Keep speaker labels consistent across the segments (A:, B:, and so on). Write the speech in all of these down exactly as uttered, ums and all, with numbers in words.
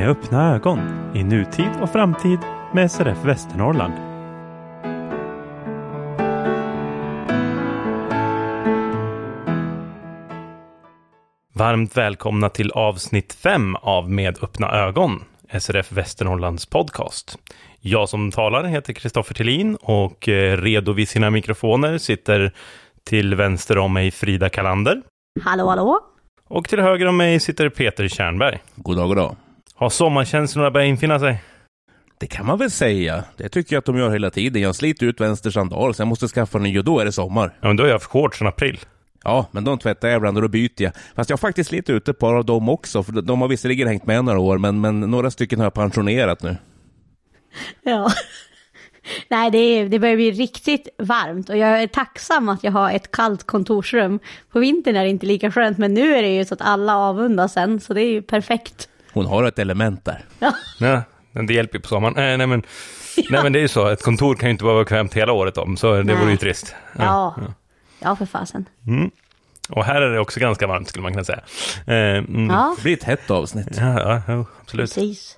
A: Med öppna ögon i nutid och framtid med S R F Västernorrland. Varmt välkomna till avsnitt fem av Med öppna ögon, S R F Västernorrlands podcast. Jag som talar heter Kristoffer Tillin och redo vid sina mikrofoner sitter till vänster om mig Frida Kalander.
B: Hallå, hallå.
A: Och till höger om mig sitter Peter Tjärnberg.
C: God dag, god dag.
A: Har sommarkänslorna börjat infinna sig?
C: Det kan man väl säga. Det tycker jag att de gör hela tiden. Jag sliter ut vänster sandal så jag måste skaffa en ny och då är det sommar.
A: Ja, men då har jag haft shorts sedan april.
C: Ja, men de tvättar jag ibland och då byter jag. Fast jag har faktiskt slitit ut ett par av dem också. För de har visserligen hängt med några år, men, men några stycken har jag pensionerat nu.
B: Ja. Nej, det, är, det börjar bli riktigt varmt och jag är tacksam att jag har ett kallt kontorsrum. På vintern är det inte lika skönt, men nu är det ju så att alla avundas sen, så det är ju perfekt.
C: Hon har ett element där.
B: Ja,
A: ja det hjälper på sommaren. Nej, nej, men, ja. nej, men det är ju så. Ett kontor kan ju inte vara bekvämt hela året om, så det nej. vore ju trist.
B: Ja, ja, ja. ja för fasen.
A: Mm. Och här är det också ganska varmt skulle man kunna säga. Eh, mm.
B: Ja.
C: Det blir ett hett avsnitt.
A: Ja, ja, ja absolut.
B: Precis.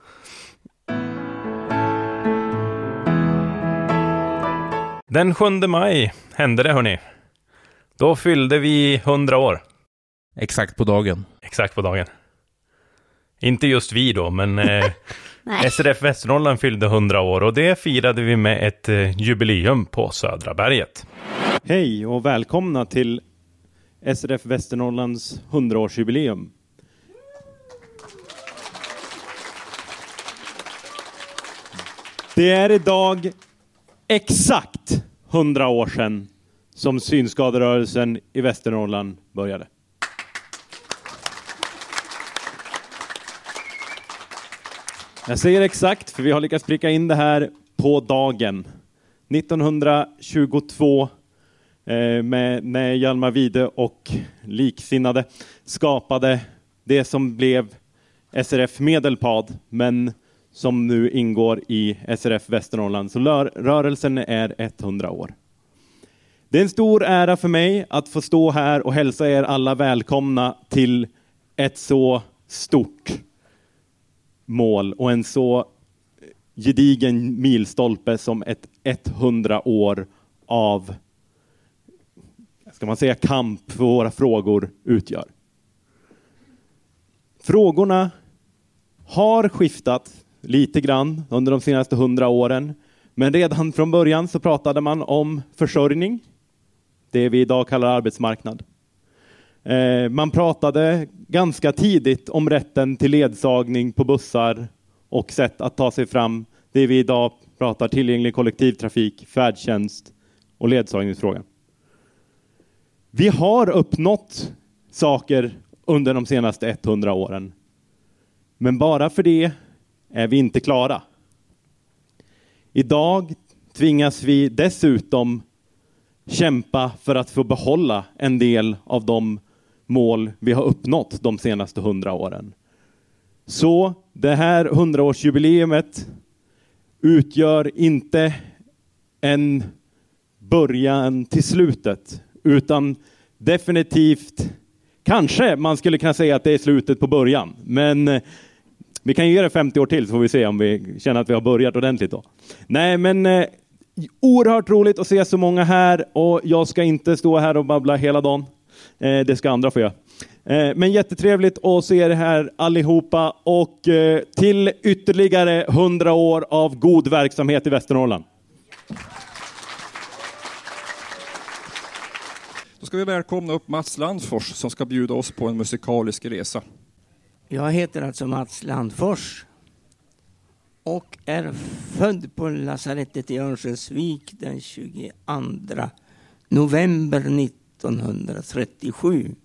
A: Den sjunde maj hände det, hörni. Då fyllde vi hundra år.
C: Exakt på dagen.
A: Exakt på dagen. Inte just vi då, men eh, S R F Västernorrland fyllde hundra år och det firade vi med ett eh, jubileum på Södra berget. Hej och välkomna till S R F Västernorrlands hundraårsjubileum. Det är idag exakt hundra år sedan som synskaderörelsen i Västernorrland började. Jag säger exakt för vi har lyckats pricka in det här på dagen. nittonhundratjugotvå eh, med, med Hjalmar Wide och liksinnade skapade det som blev S R F Medelpad, men som nu ingår i S R F Västernorrland. Så lör, rörelsen är hundra år. Det är en stor ära för mig att få stå här och hälsa er alla välkomna till ett så stort mål och en så gedigen milstolpe som ett hundra år av, ska man säga, kamp för våra frågor utgör. Frågorna har skiftat lite grann under de senaste hundra åren. Men redan från början så pratade man om försörjning. Det vi idag kallar arbetsmarknad. Eh, man pratade ganska tidigt om rätten till ledsagning på bussar och sätt att ta sig fram. Det vi idag pratar tillgänglig kollektivtrafik, färdtjänst och ledsagningsfrågan. Vi har uppnått saker under de senaste hundra åren. Men bara för det är vi inte klara. Idag tvingas vi dessutom kämpa för att få behålla en del av de mål vi har uppnått de senaste hundra åren. Så det här hundraårsjubileumet utgör inte en början till slutet, utan definitivt, kanske man skulle kunna säga att det är slutet på början, men vi kan ge det femtio år till så får vi se om vi känner att vi har börjat ordentligt då. Nej, men eh, oerhört roligt att se så många här och jag ska inte stå här och babbla hela dagen. Eh, det ska andra få göra. Eh, men jättetrevligt att se er här allihopa och eh, till ytterligare hundra år av god verksamhet i Västernorrland.
D: Då ska vi välkomna upp Mats Landfors som ska bjuda oss på en musikalisk resa.
E: Jag heter alltså Mats Landfors och är född på lasarettet i Örnsköldsvik den tjugoandra november nittonhundratrettiosju.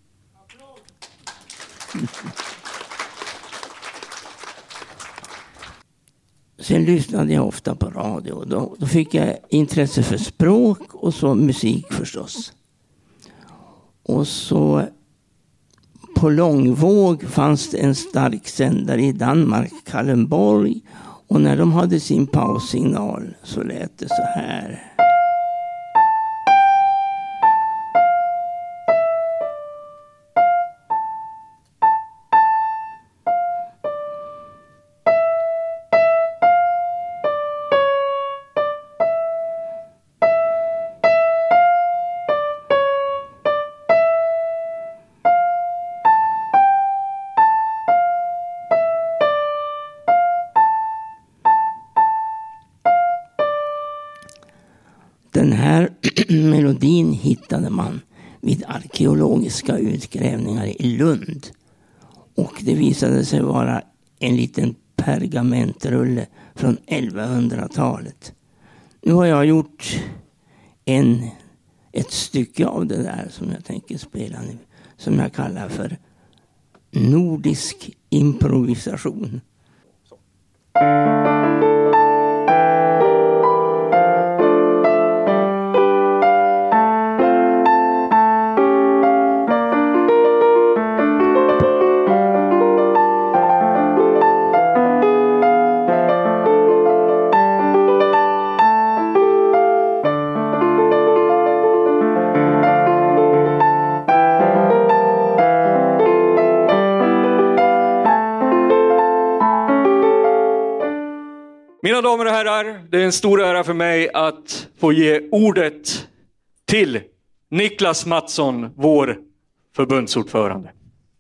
E: Sen lyssnade jag ofta på radio. Då, då fick jag intresse för språk och så musik förstås. Och så på långvåg fanns det en stark sändare i Danmark, Kallenborg. Och när de hade sin paussignal så lät det så här. melodin hittade man vid arkeologiska utgrävningar i Lund. Och det visade sig vara en liten pergamentrulle från elvahundratalet. Nu har jag gjort en, ett stycke av det där som jag tänker spela nu. Som jag kallar för nordisk improvisation.
F: Mina damer och herrar, det är en stor ära för mig att få ge ordet till Niklas Mattsson, vår förbundsordförande.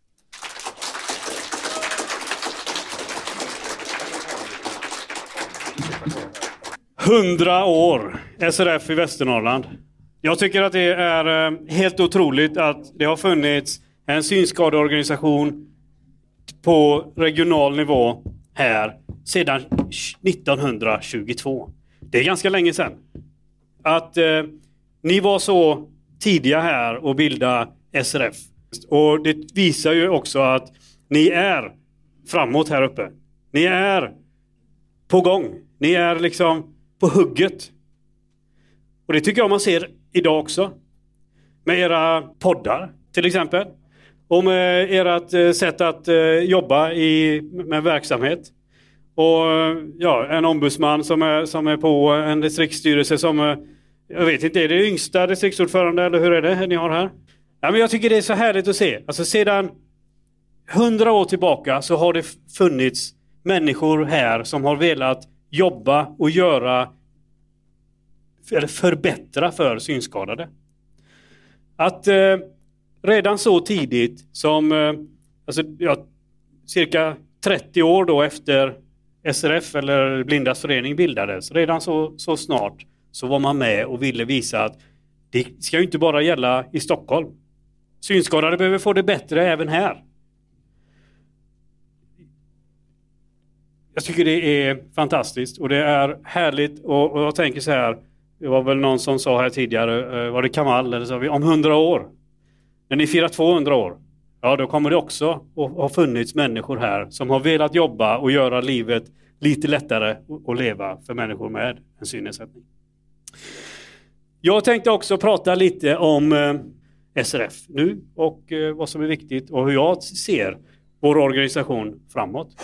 G: Hundra år S R F i Västernorrland. Jag tycker att det är helt otroligt att det har funnits en synskadeorganisation på regional nivå här sedan nittonhundratjugotvå. Det är ganska länge sedan. Att eh, ni var så tidiga här och bilda S R F. Och det visar ju också att ni är framåt här uppe. Ni är på gång. Ni är liksom på hugget. Och det tycker jag man ser idag också. Med era poddar till exempel. Och med ert sätt att jobba i, med verksamhet. Och ja, en ombudsman som är, som är på en distriktsstyrelse som, jag vet inte, är det yngsta distriktsordförande eller hur är det ni har här? Ja, men jag tycker det är så härligt att se. Alltså sedan hundra år tillbaka så har det funnits människor här som har velat jobba och göra eller förbättra för synskadade. Att eh, redan så tidigt som eh, alltså, ja, cirka trettio år då efter S R F eller Blindas förening bildades, redan så, så snart så var man med och ville visa att det ska ju inte bara gälla i Stockholm. Synskadade behöver få det bättre även här. Jag tycker det är fantastiskt och det är härligt och, och jag tänker så här, det var väl någon som sa här tidigare, var det Kamal eller så, vi om hundra år, när ni firar tvåhundra år, ja då kommer det också att ha funnits människor här som har velat jobba och göra livet lite lättare att leva för människor med en synnedsättning. Jag tänkte också prata lite om S R F nu och vad som är viktigt och hur jag ser vår organisation framåt.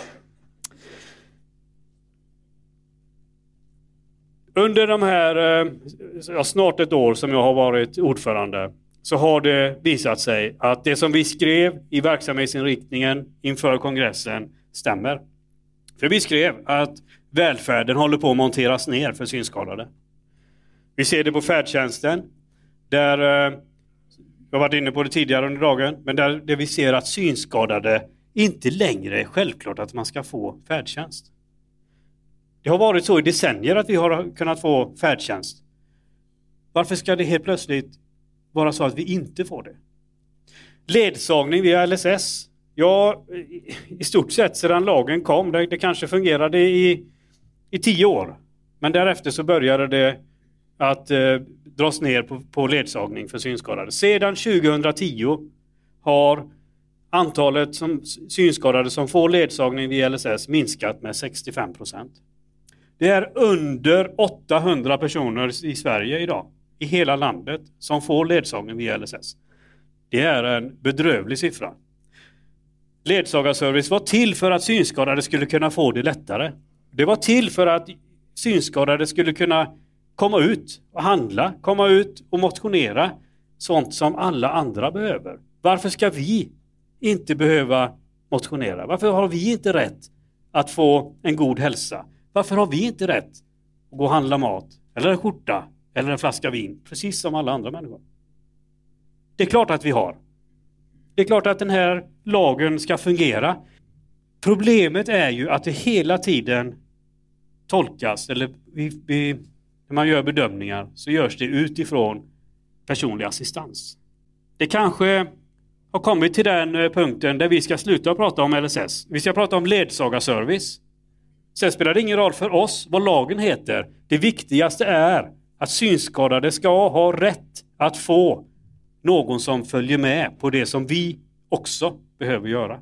G: Under de här ja, snart ett år som jag har varit ordförande så har det visat sig att det som vi skrev i verksamhetsinriktningen inför kongressen stämmer. För vi skrev att välfärden håller på att monteras ner för synskadade. Vi ser det på färdtjänsten där, jag har varit inne på det tidigare under dagen, men där, där vi ser att synskadade inte längre är självklart att man ska få färdtjänst. Det har varit så i decennier att vi har kunnat få färdtjänst. Varför ska det helt plötsligt vara så att vi inte får det? Ledsagning via L S S. Ja, i stort sett sedan lagen kom. Det, det kanske fungerade i, i tio år. Men därefter så började det att eh, dras ner på, på ledsagning för synskadade. Sedan tjugohundratio har antalet som, synskadade som får ledsagning via L S S minskat med sextiofem procent. Det är under åttahundra personer i Sverige idag, i hela landet, som får ledsagning via L S S. Det är en bedrövlig siffra. Ledsagarservice var till för att synskadade skulle kunna få det lättare. Det var till för att synskadade skulle kunna komma ut och handla, komma ut och motionera, sånt som alla andra behöver. Varför ska vi inte behöva motionera? Varför har vi inte rätt att få en god hälsa? Varför har vi inte rätt att gå och handla mat, eller en skjorta, eller en flaska vin, precis som alla andra människor? Det är klart att vi har. Det är klart att den här lagen ska fungera. Problemet är ju att det hela tiden tolkas, eller vi, vi, när man gör bedömningar så görs det utifrån personlig assistans. Det kanske har kommit till den punkten där vi ska sluta prata om L S S. Vi ska prata om ledsagarservice. Sen spelar det ingen roll för oss vad lagen heter. Det viktigaste är att synskadade ska ha rätt att få någon som följer med på det som vi också behöver göra.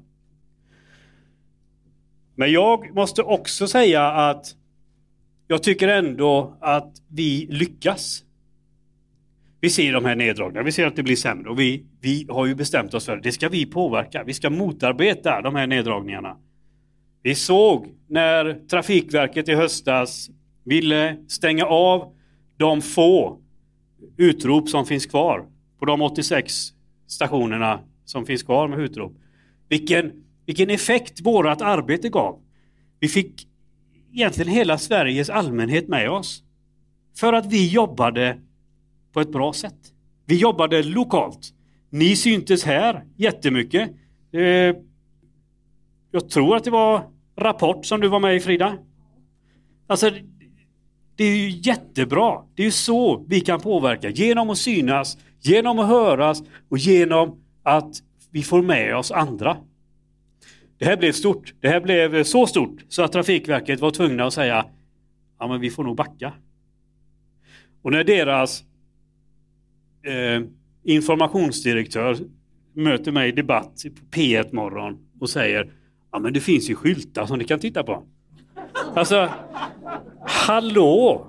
G: Men jag måste också säga att jag tycker ändå att vi lyckas. Vi ser de här neddragningarna, vi ser att det blir sämre och vi, vi har ju bestämt oss för det. Det ska vi påverka, vi ska motarbeta de här neddragningarna. Vi såg när Trafikverket i höstas ville stänga av de få utrop som finns kvar på de åttiosex stationerna som finns kvar med utrop. Vilken, vilken effekt vårat arbete gav. Vi fick egentligen hela Sveriges allmänhet med oss. För att vi jobbade på ett bra sätt. Vi jobbade lokalt. Ni syntes här jättemycket. Eh, jag tror att det var Rapport som du var med i, Frida. Alltså, det är ju jättebra. Det är ju så vi kan påverka. Genom att synas, genom att höras och genom att vi får med oss andra. Det här blev stort. Det här blev så stort så att Trafikverket var tvungna att säga ja, men vi får nog backa. Och när deras eh, informationsdirektör möter mig i debatt på P ett morgon och säger ja, men det finns ju skyltar som ni kan titta på. Alltså, hallå!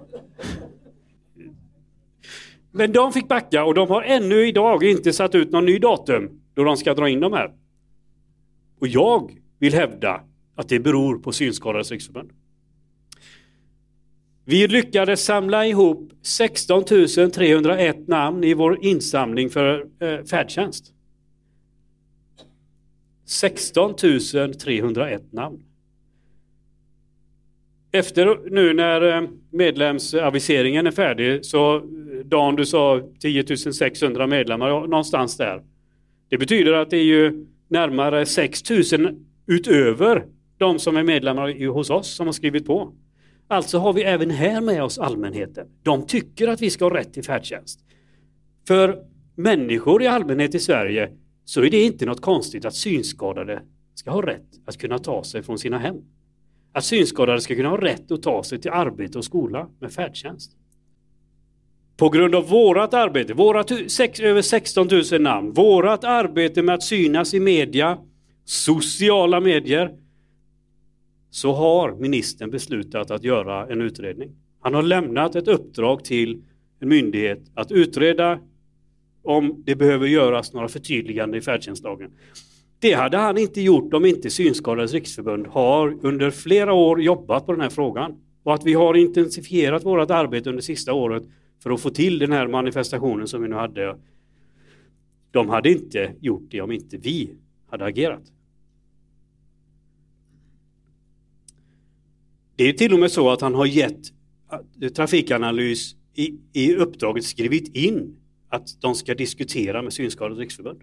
G: Men de fick backa och de har ännu idag inte satt ut någon ny datum då de ska dra in de här. Och jag vill hävda att det beror på Synskadades riksförbund. Vi lyckades samla ihop sexton tusen trehundraett namn i vår insamling för eh, färdtjänst. sexton tusen trehundraett namn. Efter nu när medlemsaviseringen är färdig så Dan, du sa tio tusen sexhundra medlemmar någonstans där. Det betyder att det är ju närmare sex tusen utöver de som är medlemmar hos oss som har skrivit på. Alltså har vi även här med oss allmänheten. De tycker att vi ska ha rätt till färdtjänst. För människor i allmänhet i Sverige så är det inte något konstigt att synskadade ska ha rätt att kunna ta sig från sina hem. Att synskadade ska kunna ha rätt att ta sig till arbete och skola med färdtjänst. På grund av vårat arbete, vårat sex, över sexton tusen namn, vårat arbete med att synas i media, sociala medier, så har ministern beslutat att göra en utredning. Han har lämnat ett uppdrag till en myndighet att utreda om det behöver göras några förtydliganden i färdtjänstlagen. Det hade han inte gjort om inte Synskadades riksförbund har under flera år jobbat på den här frågan. Och att vi har intensifierat vårt arbete under sista året för att få till den här manifestationen som vi nu hade. De hade inte gjort det om inte vi hade agerat. Det är till och med så att han har gett Trafikanalys i, i uppdraget skrivit in att de ska diskutera med Synskadades riksförbund.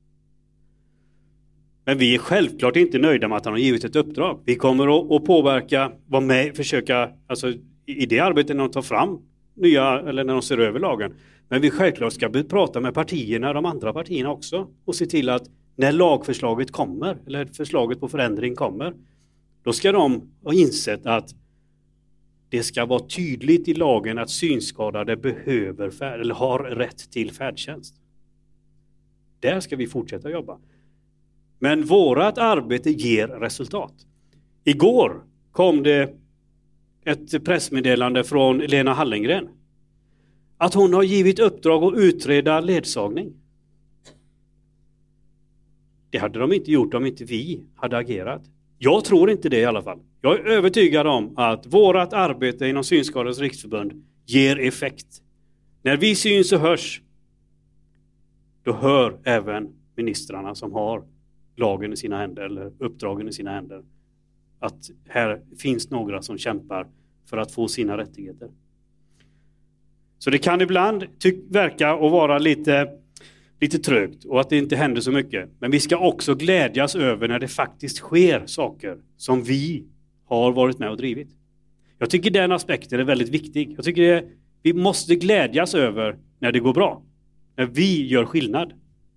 G: Men vi är självklart inte nöjda med att han har givit ett uppdrag. Vi kommer att, att påverka, vara med, försöka, alltså i det arbetet när de tar fram nya, eller när de ser över lagen. Men vi självklart ska prata med partierna, de andra partierna också, och se till att när lagförslaget kommer, eller förslaget på förändring kommer, då ska de ha insett att det ska vara tydligt i lagen att synskadade behöver färd, eller har rätt till färdtjänst. Där ska vi fortsätta jobba. Men vårat arbete ger resultat. Igår kom det ett pressmeddelande från Lena Hallengren att hon har givit uppdrag att utreda ledsagning. Det hade de inte gjort om inte vi hade agerat. Jag tror inte det i alla fall. Jag är övertygad om att vårat arbete inom Synskadades riksförbund ger effekt. När vi syns och hörs, då hör även ministrarna som har lagen i sina händer eller uppdragen i sina händer att här finns några som kämpar för att få sina rättigheter. Så det kan ibland ty- verka och vara lite, lite trögt och att det inte händer så mycket. Men vi ska också glädjas över när det faktiskt sker saker som vi har varit med och drivit. Jag tycker den aspekten är väldigt viktig. Jag tycker det, vi måste glädjas över när det går bra. När vi gör skillnad.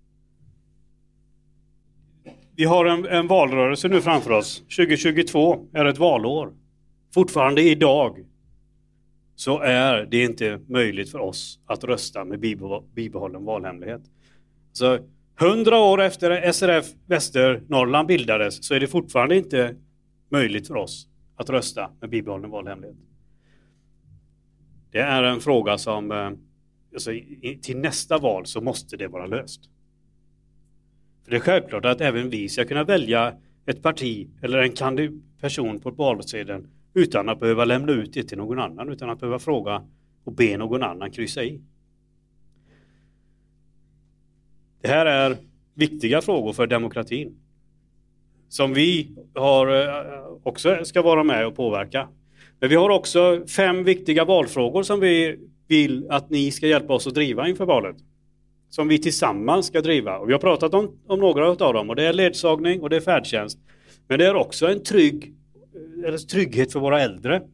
G: Vi har en, en valrörelse nu framför oss. tjugo tjugotvå är ett valår. Fortfarande idag så är det inte möjligt för oss att rösta med bibehållen valhemlighet. Så hundra år efter S R F Västernorrland bildades så är det fortfarande inte möjligt för oss att rösta med bibehållen valhemlighet. Det är en fråga som, alltså, till nästa val så måste det vara löst. För det är självklart att även vi ska kunna välja ett parti eller en kandidat person på valsedeln utan att behöva lämna ut det till någon annan, utan att behöva fråga och be någon annan kryssa i. Det här är viktiga frågor för demokratin som vi har också ska vara med och påverka. Men vi har också fem viktiga valfrågor som vi vill att ni ska hjälpa oss att driva inför valet. Som vi tillsammans ska driva. Och vi har pratat om, om några av dem, och det är ledsagning och det är färdtjänst. Men det är också en trygg, eller trygghet för våra äldre.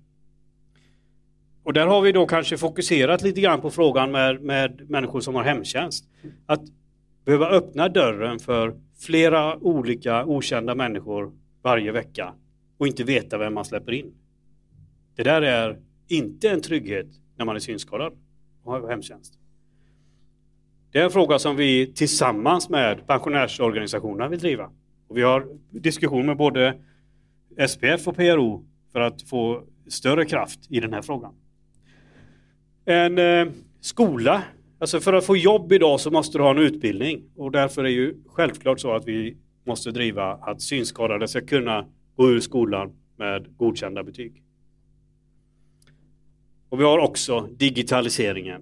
G: Och där har vi då kanske fokuserat lite grann på frågan med, med människor som har hemtjänst. Att behöva öppna dörren för flera olika okända människor varje vecka och inte veta vem man släpper in. Det där är inte en trygghet när man är synskadad och har hemtjänst. Det är en fråga som vi tillsammans med pensionärsorganisationerna vill driva. Och vi har diskussion med både S P F och P R O för att få större kraft i den här frågan. En eh, skola, alltså för att få jobb idag så måste du ha en utbildning. Och därför är ju självklart så att vi måste driva att synskadade ska kunna gå ur skolan med godkända betyg. Och vi har också digitaliseringen.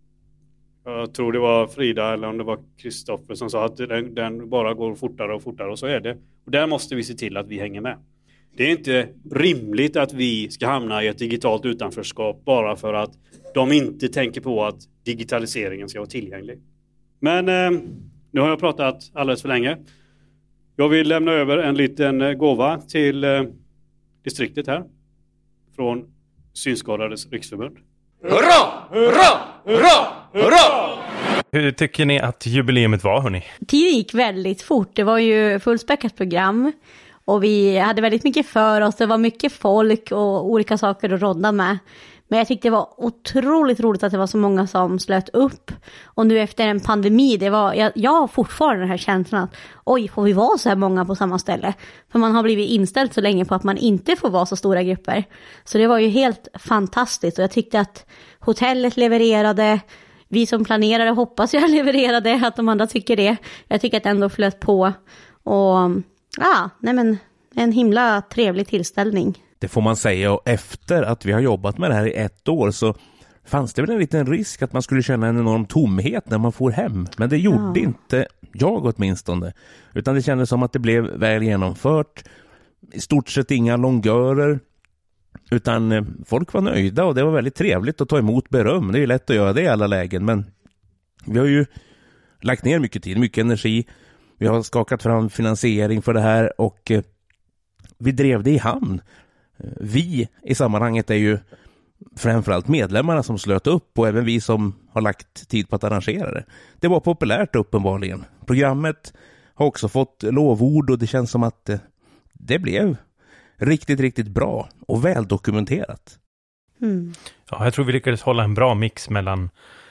G: Jag tror det var Frida eller om det var Kristoffer som sa att den, den bara går fortare och fortare, och så är det. Och där måste vi se till att vi hänger med. Det är inte rimligt att vi ska hamna i ett digitalt utanförskap bara för att de inte tänker på att digitaliseringen ska vara tillgänglig. Men eh, nu har jag pratat alldeles för länge. Jag vill lämna över en liten gåva till eh, distriktet här från Synskadades riksförbund.
H: Hurra! Hurra! Hurra! Hurra!
I: Hur tycker ni att jubileumet var, hörni?
B: Tiden gick väldigt fort. Det var ju fullspäckat program. Och vi hade väldigt mycket för oss. Det var mycket folk och olika saker att rodda med. Men jag tyckte det var otroligt roligt att det var så många som slöt upp. Och nu efter en pandemi, det var, jag, jag har fortfarande den här känslan att oj, får vi vara så här många på samma ställe? För man har blivit inställd så länge på att man inte får vara så stora grupper. Så det var ju helt fantastiskt. Och jag tyckte att hotellet levererade. Vi som planerade hoppas jag levererade, att de andra tycker det. Jag tycker att det ändå flöt på. Och ja, nej men en himla trevlig tillställning.
C: Det får man säga, och efter att vi har jobbat med det här i ett år så fanns det väl en liten risk att man skulle känna en enorm tomhet när man får hem. Men det gjorde ja. inte jag åtminstone. Utan det kändes som att det blev väl genomfört. I stort sett inga långörer. Utan folk var nöjda och det var väldigt trevligt att ta emot beröm. Det är ju lätt att göra det i alla lägen, men vi har ju lagt ner mycket tid, mycket energi. Vi har skakat fram finansiering för det här och vi drev det i hamn. Vi i sammanhanget är ju framförallt medlemmarna som slöt upp och även vi som har lagt tid på att arrangera det. Det var populärt uppenbarligen. Programmet har också fått lovord och det känns som att det blev riktigt, riktigt bra och väl dokumenterat.
B: Mm.
I: Ja, jag tror vi lyckades hålla en bra mix mellan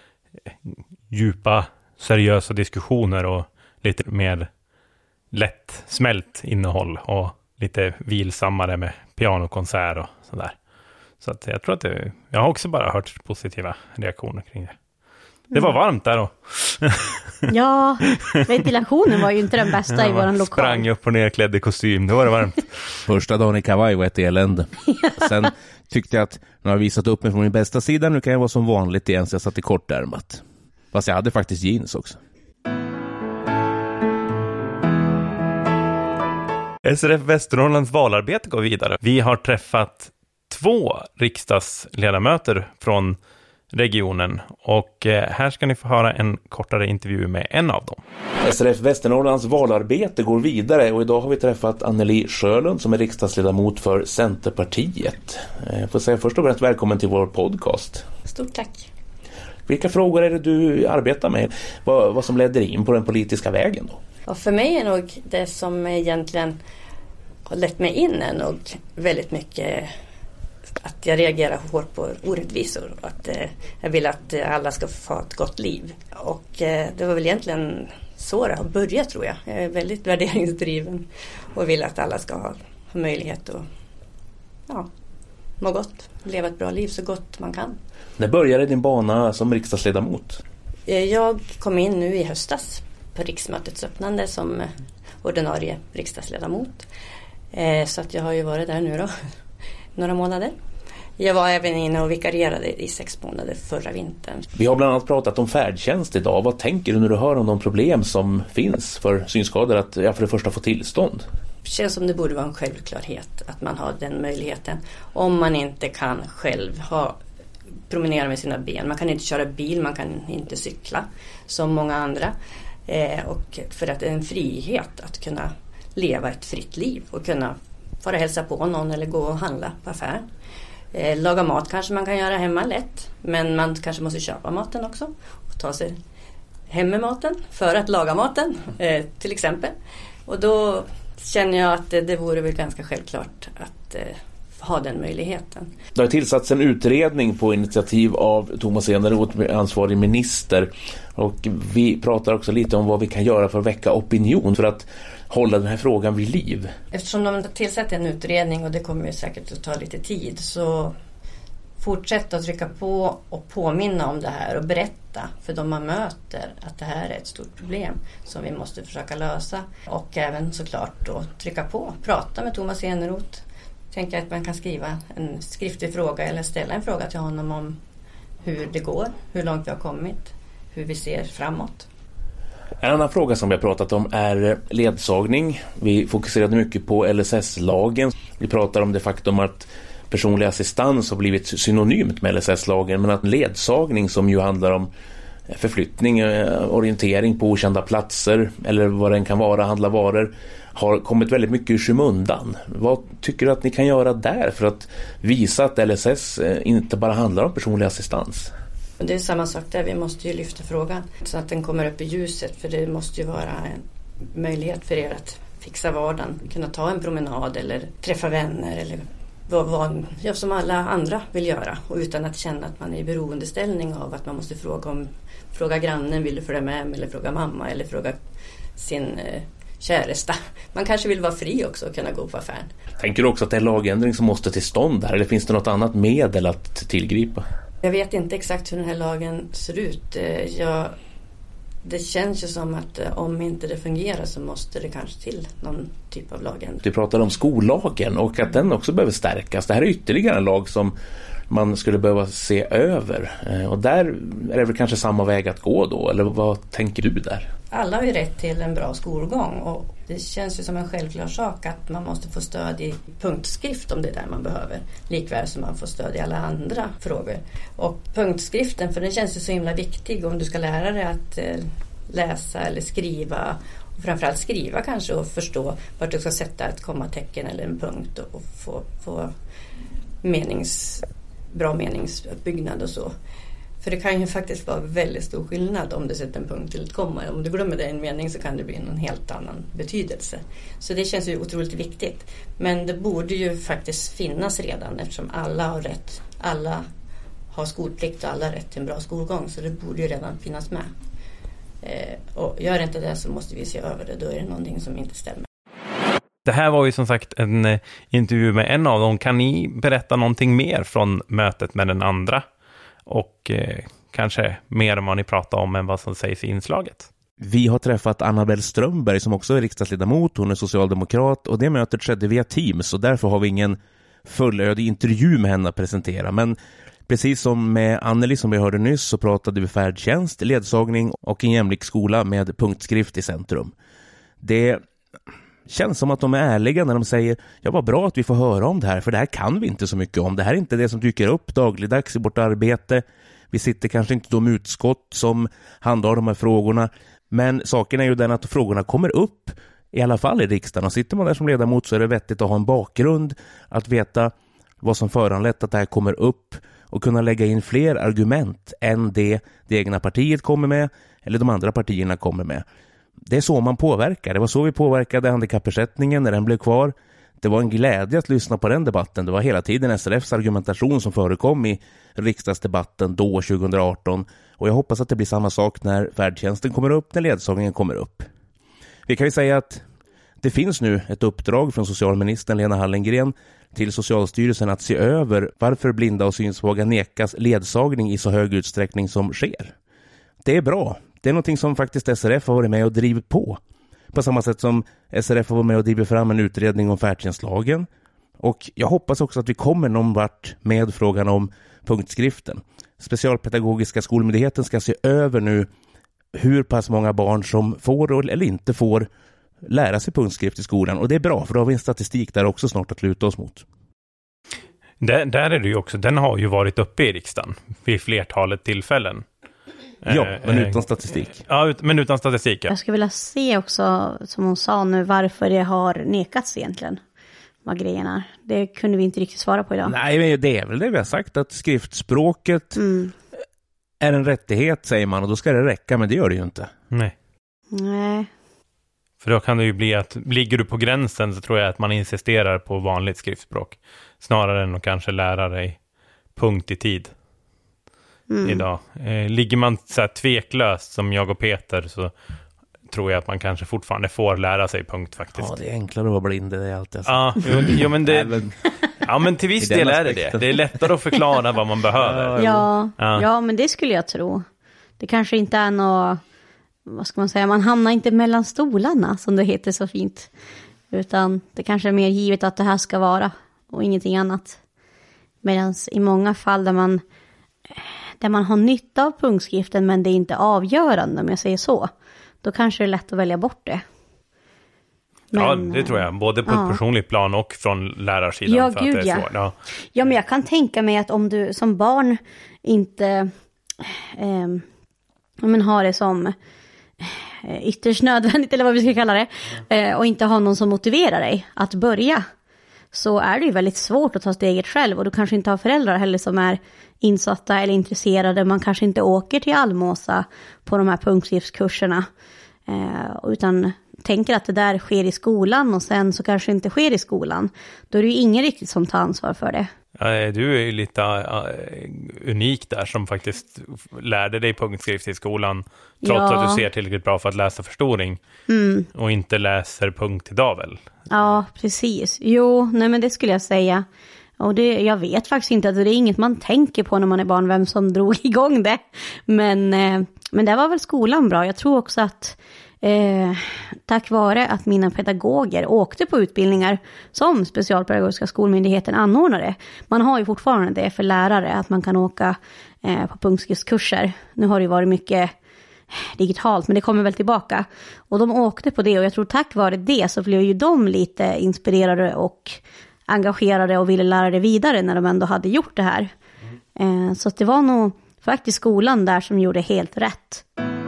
I: djupa, seriösa diskussioner och lite mer lätt smält innehåll och lite vilsammare med pianokonsert och sådär. Så att jag tror att det, jag har också bara hört positiva reaktioner kring det. Det var varmt där då.
B: Ja, ventilationen var ju inte den bästa ja, i våran lokal.
I: Sprang upp och ner klädd i kostym, det var det varmt.
C: Första dagen i kavaj var ett elände. Sen tyckte jag att när jag visat upp mig från min bästa sida, nu kan jag vara som vanligt igen, så jag satt i kortärmat. Fast jag hade faktiskt jeans också.
I: S R F Västernorrlands valarbete går vidare. Vi har träffat två riksdagsledamöter från regionen och här ska ni få höra en kortare intervju med en av dem.
C: S R F Västernorrlands valarbete går vidare och idag har vi träffat Anneli Sjölund som är riksdagsledamot för Centerpartiet. Jag får säga först och främst välkommen till vår podcast.
J: Stort tack.
C: Vilka frågor är det du arbetar med? Vad, vad som leder in på den politiska vägen då?
J: Ja, för mig är nog det som egentligen har lett mig in är nog väldigt mycket att jag reagerar hårt på orättvisor. Att eh, jag vill att alla ska få ha ett gott liv. Och eh, det var väl egentligen så det har börjat, tror jag. Jag är väldigt värderingsdriven och vill att alla ska ha, ha möjlighet att ja, må gott, leva ett bra liv så gott man kan.
C: När började din bana som riksdagsledamot?
J: Jag kom in nu i höstas på riksmötets öppnande som ordinarie riksdagsledamot. Så att jag har ju varit där nu då, några månader. Jag var även inne och vikarierade i sex månader förra vintern.
C: Vi har bland annat pratat om färdtjänst idag. Vad tänker du när du hör om de problem som finns för synskadade att ja, för det första få tillstånd?
J: Det känns som det borde vara en självklarhet att man har den möjligheten. Om man inte kan själv ha, promenera med sina ben. Man kan inte köra bil, man kan inte cykla som många andra. Eh, och för att det är en frihet att kunna leva ett fritt liv och kunna fara hälsa på någon eller gå och handla på affär. Eh, laga mat kanske man kan göra hemma lätt, men man kanske måste köpa maten också och ta sig hem med maten för att laga maten eh, till exempel. Och då känner jag att det, det vore väl ganska självklart att eh, ha den möjligheten.
C: Det har tillsatts en utredning på initiativ av Thomas Eneroth, ansvarig minister, och vi pratar också lite om vad vi kan göra för att väcka opinion för att hålla den här frågan vid liv.
J: Eftersom de tillsatt en utredning och det kommer ju säkert att ta lite tid, så fortsätt att trycka på och påminna om det här och berätta för de man möter att det här är ett stort problem som vi måste försöka lösa. Och även såklart då trycka på, prata med Thomas Eneroth. Tänker att man kan skriva en skriftlig fråga eller ställa en fråga till honom om hur det går, hur långt vi har kommit, hur vi ser framåt.
C: En annan fråga som vi har pratat om är ledsagning. Vi fokuserade mycket på L S S-lagen. Vi pratar om det faktum att personlig assistans har blivit synonymt med L S S-lagen, men att ledsagning som ju handlar om förflyttning, orientering på okända platser eller vad den kan vara, handla varor, har kommit väldigt mycket i skymundan. Vad tycker du att ni kan göra där för att visa att L S S inte bara handlar om personlig assistans?
J: Det är samma sak där, vi måste ju lyfta frågan så att den kommer upp i ljuset, för det måste ju vara en möjlighet för er att fixa vardagen, kunna ta en promenad eller träffa vänner eller vad, vad ja, som alla andra vill göra, och utan att känna att man är i beroendeställning av att man måste fråga om fråga grannen, vill du följa med eller fråga mamma eller fråga sin eh, käresta. Man kanske vill vara fri också och kunna gå på affären.
C: Tänker du också att det är lagändring som måste till stånd här, eller finns det något annat medel att tillgripa?
J: Jag vet inte exakt hur den här lagen ser ut. Jag, det känns ju som att om inte det fungerar så måste det kanske till någon typ av lagen.
C: Du pratade om skollagen och att den också behöver stärkas. Det här är ytterligare en lag som man skulle behöva se över. Och där är det väl kanske samma väg att gå då, eller vad tänker du där?
J: Alla har ju rätt till en bra skolgång, och det känns ju som en självklar sak att man måste få stöd i punktskrift om det är där man behöver, likväl som man får stöd i alla andra frågor. Och punktskriften, för den känns ju så himla viktig om du ska lära dig att eh, läsa eller skriva, och framförallt skriva kanske, och förstå vart du ska sätta ett kommatecken eller en punkt och få, få menings, bra meningsuppbyggnad och så. För det kan ju faktiskt vara väldigt stor skillnad om du sätter en punkt till ett komma. Om du glömmer det i en mening så kan det bli en helt annan betydelse. Så det känns ju otroligt viktigt. Men det borde ju faktiskt finnas redan, eftersom alla har rätt. Alla har skolplikt och alla har rätt till en bra skolgång. Så det borde ju redan finnas med. Eh, och gör inte det så måste vi se över det. Då är det någonting som inte stämmer.
I: Det här var ju som sagt en eh, intervju med en av dem. Kan ni berätta någonting mer från mötet med den andra? Och eh, kanske mer om vad ni pratar om än vad som sägs i inslaget.
C: Vi har träffat Annabelle Strömberg som också är riksdagsledamot. Hon är socialdemokrat och det mötet skedde via Teams, och därför har vi ingen fullödig intervju med henne att presentera. Men precis som med Anneli som vi hörde nyss så pratade vi färdtjänst, ledsagning och en jämlik skola med punktskrift i centrum. Det känns som att de är ärliga när de säger ja, vad bra att vi får höra om det här, för det här kan vi inte så mycket om. Det här är inte det som dyker upp dagligdags i vårt arbete. Vi sitter kanske inte i de utskott som handlar de här frågorna, men saken är ju den att frågorna kommer upp i alla fall i riksdagen, och sitter man där som ledamot så är det vettigt att ha en bakgrund, att veta vad som föranlett att det här kommer upp och kunna lägga in fler argument än det det egna partiet kommer med eller de andra partierna kommer med. Det är så man påverkar. Det var så vi påverkade handikappersättningen när den blev kvar. Det var en glädje att lyssna på den debatten. Det var hela tiden S R F:s argumentation som förekom i riksdagsdebatten då tjugo arton. Och jag hoppas att det blir samma sak när färdtjänsten kommer upp, när ledsagningen kommer upp. Vi kan ju säga att det finns nu ett uppdrag från socialministern Lena Hallengren till Socialstyrelsen att se över varför blinda och synsvaga nekas ledsagning i så hög utsträckning som sker. Det är bra. Det är någonting som faktiskt S R F har varit med och drivit på. På samma sätt som S R F har varit med och drivit fram en utredning om färdtjänstlagen. Och jag hoppas också att vi kommer någon vart med frågan om punktskriften. Specialpedagogiska skolmyndigheten ska se över nu hur pass många barn som får eller inte får lära sig punktskrift i skolan. Och det är bra, för då har vi en statistik där också snart att luta oss mot.
I: Där, där är det ju också, den har ju varit uppe i riksdagen vid flertalet tillfällen.
C: Ja, men utan statistik.
I: Ja, men utan statistik. Ja.
B: Jag skulle vilja se också, som hon sa nu, varför det har nekats egentligen. Vad grejerna. Det kunde vi inte riktigt svara på idag.
C: Nej, men det är väl det vi har sagt, att skriftspråket mm. är en rättighet, säger man, och då ska det räcka, men det gör det ju inte.
I: Nej.
B: Nej.
I: För då kan det ju bli att, ligger du på gränsen så tror jag att man insisterar på vanligt skriftspråk. Snarare än att kanske lära dig punkt i tid. Mm. Idag. Eh, ligger man så här tveklöst som jag och Peter så tror jag att man kanske fortfarande får lära sig punkt faktiskt.
C: Ja, det är enklare att vara blind, det är alltid så.
I: Ja, jo, jo, men det, Även... ja, men till viss del är det det. Det är lättare att förklara vad man behöver.
B: Ja, ja. ja, men det skulle jag tro. Det kanske inte är något, vad ska man säga, man hamnar inte mellan stolarna som det heter så fint. Utan det kanske är mer givet att det här ska vara och ingenting annat. Medan i många fall där man där man har nytta av punktskriften men det är inte avgörande, om jag säger så, då kanske det är lätt att välja bort det.
I: Men, ja, det tror jag. Både på ja. ett personligt plan och från lärarsidan.
B: Ja,
I: för
B: gud,
I: att det är
B: ja.
I: svårt. Ja.
B: ja, men jag kan tänka mig att om du som barn inte eh, men har det som eh, ytterst nödvändigt, eller vad vi ska kalla det, eh, och inte har någon som motiverar dig att börja, så är det ju väldigt svårt att ta steget själv. Och du kanske inte har föräldrar heller som är insatta eller intresserade. Man kanske inte åker till Almåsa på de här punktskriftskurserna. Eh, utan tänker att det där sker i skolan och sen så kanske inte sker i skolan. Då är det ju ingen riktigt som tar ansvar för det.
I: Ja, du är ju lite uh, unik där som faktiskt lärde dig punktskrift i skolan. Trots ja. att du ser tillräckligt bra för att läsa förstoring. Mm. Och inte läser punkt idag väl?
B: Ja, precis. Jo, nej men det skulle jag säga. Och det, jag vet faktiskt inte att det är inget man tänker på när man är barn, vem som drog igång det. Men, eh, men det var väl skolan bra. Jag tror också att eh, tack vare att mina pedagoger åkte på utbildningar som Specialpedagogiska skolmyndigheten anordnade. Man har ju fortfarande det för lärare att man kan åka eh, på punktskriftskurser. Nu har det ju varit mycket digitalt, men det kommer väl tillbaka. Och de åkte på det och jag tror tack vare det så blev ju de lite inspirerade och engagerade och ville lära det vidare när de ändå hade gjort det här. Mm. Eh, så att det var nog faktiskt skolan där som gjorde helt rätt.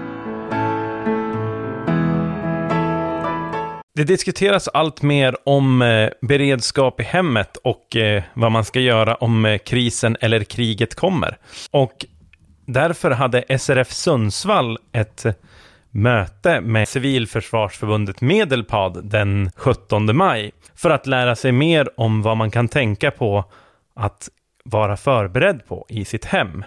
I: Det diskuteras allt mer om eh, beredskap i hemmet och eh, vad man ska göra om eh, krisen eller kriget kommer. Och därför hade S R F Sundsvall ett möte med Civilförsvarsförbundet Medelpad den sjuttonde maj för att lära sig mer om vad man kan tänka på att vara förberedd på i sitt hem.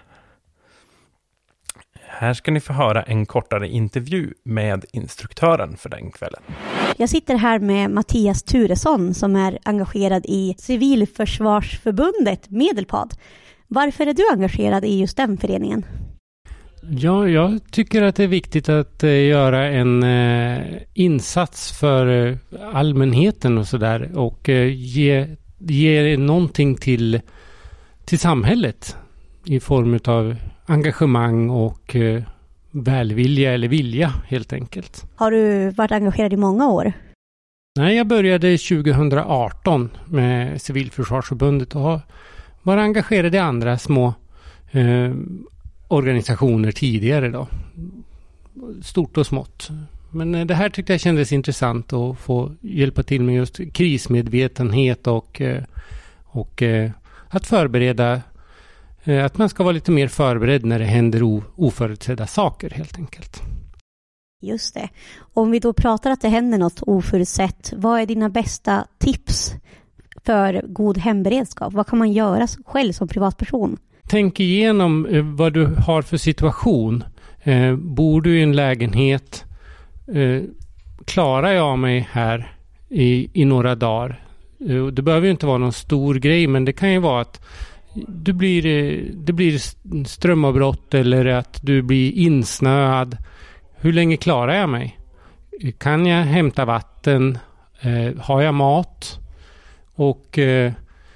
I: Här ska ni få höra en kortare intervju med instruktören för den kvällen.
B: Jag sitter här med Mattias Turesson som är engagerad i Civilförsvarsförbundet Medelpad. Varför är du engagerad i just den föreningen?
K: Ja, jag tycker att det är viktigt att eh, göra en eh, insats för eh, allmänheten och sådär och eh, ge, ge någonting till, till samhället i form av engagemang och eh, välvilja eller vilja helt enkelt.
B: Har du varit engagerad i många år?
K: Nej, jag började tjugo arton med Civilförsvarsförbundet och har varit engagerad i andra små eh, organisationer tidigare då. Stort och smått. Men det här tyckte jag kändes intressant att få hjälpa till med just krismedvetenhet och, och att förbereda Eh, att man ska vara lite mer förberedd när det händer o- oförutsedda saker helt enkelt.
B: Just det. Om vi då pratar att det händer något oförutsett, vad är dina bästa tips för god hemberedskap? Vad kan man göra själv som privatperson?
K: Tänk igenom eh, vad du har för situation. Eh, bor du i en lägenhet? Eh, klarar jag mig här i, i några dagar? Eh, det behöver ju inte vara någon stor grej, men det kan ju vara att du blir, eh, det blir strömavbrott eller att du blir insnöad. Hur länge klarar jag mig? Kan jag hämta vatten? Eh, har jag mat? Och eh,